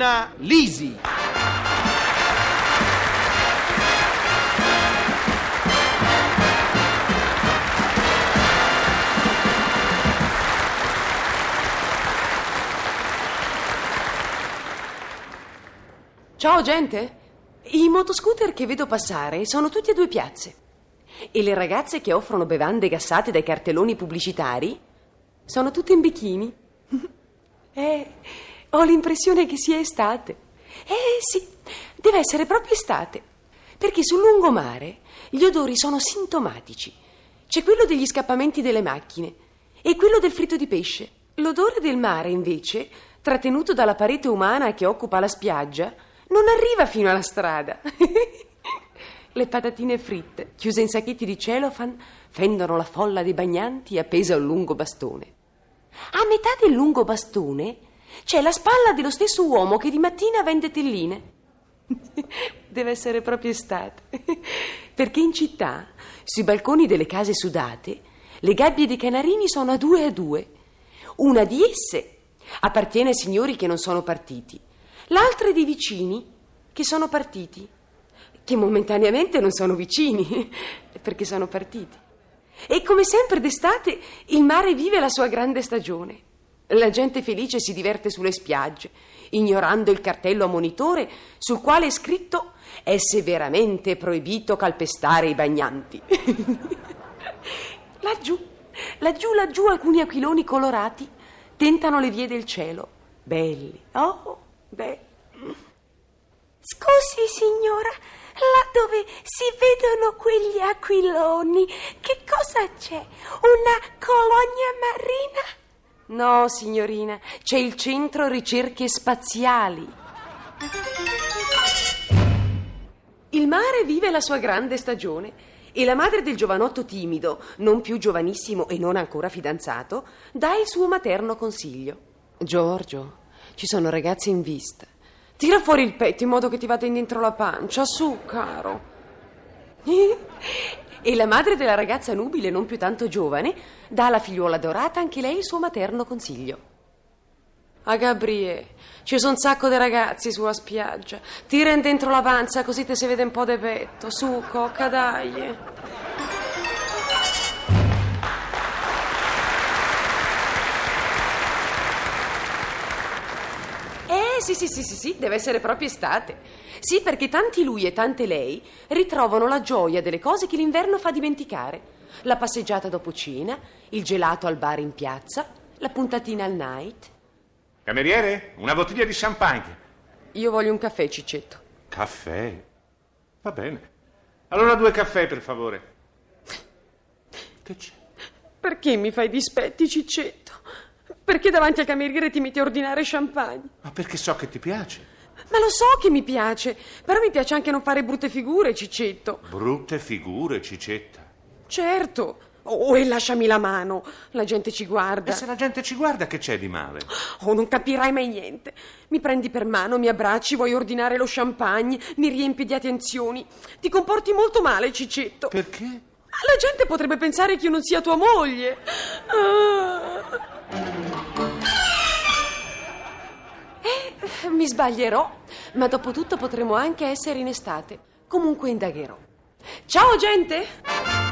Nonna Lisi. Ciao gente, i motoscooter che vedo passare sono tutti a due piazze e le ragazze che offrono bevande gassate dai cartelloni pubblicitari sono tutte in bikini. Ho l'impressione che sia estate. Sì, deve essere proprio estate, perché sul lungomare gli odori sono sintomatici. C'è quello degli scappamenti delle macchine e quello del fritto di pesce. L'odore del mare, invece, trattenuto dalla parete umana che occupa la spiaggia, non arriva fino alla strada. Le patatine fritte, chiuse in sacchetti di cellophane, fendono la folla dei bagnanti appesa a un lungo bastone. A metà del lungo bastone c'è la spalla dello stesso uomo che di mattina vende telline. Deve essere proprio estate, perché in città, sui balconi delle case sudate, le gabbie dei canarini sono a due. Una di esse appartiene ai signori che non sono partiti, l'altra è dei vicini che sono partiti, che momentaneamente non sono vicini, perché sono partiti. E come sempre d'estate il mare vive la sua grande stagione. La gente felice si diverte sulle spiagge, ignorando il cartello ammonitore sul quale è scritto: è severamente proibito calpestare i bagnanti. Laggiù alcuni aquiloni colorati tentano le vie del cielo. Belli, belli. Scusi signora, là dove si vedono quegli aquiloni, che cosa c'è? Una colonia marina? No, signorina, c'è il centro ricerche spaziali. Il mare vive la sua grande stagione e la madre del giovanotto timido, non più giovanissimo e non ancora fidanzato, dà il suo materno consiglio. Giorgio, ci sono ragazzi in vista. Tira fuori il petto in modo che ti vada in dentro la pancia, su, caro. E la madre della ragazza nubile, non più tanto giovane, dà alla figliuola dorata anche lei il suo materno consiglio. A Gabriele, ci sono un sacco di ragazzi sulla spiaggia. Tira in dentro la pancia così te si vede un po' di petto. Su, cocca, dai. Sì, deve essere proprio estate. Sì, perché tanti lui e tante lei ritrovano la gioia delle cose che l'inverno fa dimenticare. La passeggiata dopo cena, il gelato al bar in piazza, la puntatina al night. Cameriere, una bottiglia di champagne. Io voglio un caffè, Ciccetto. Caffè? Va bene. Allora 2 caffè, per favore. Che c'è? Perché mi fai dispetti, Ciccetto? Perché davanti al cameriere ti metti a ordinare champagne? Ma perché so che ti piace. Ma lo so che mi piace, però mi piace anche non fare brutte figure, Ciccetto. Brutte figure, Cicetta. Certo. E lasciami la mano, la gente ci guarda. E se la gente ci guarda, che c'è di male? Non capirai mai niente. Mi prendi per mano, mi abbracci, vuoi ordinare lo champagne, mi riempi di attenzioni. Ti comporti molto male, Ciccetto. Perché? La gente potrebbe pensare che io non sia tua moglie. Mi sbaglierò, ma dopo tutto potremo anche essere in estate. Comunque indagherò. Ciao gente!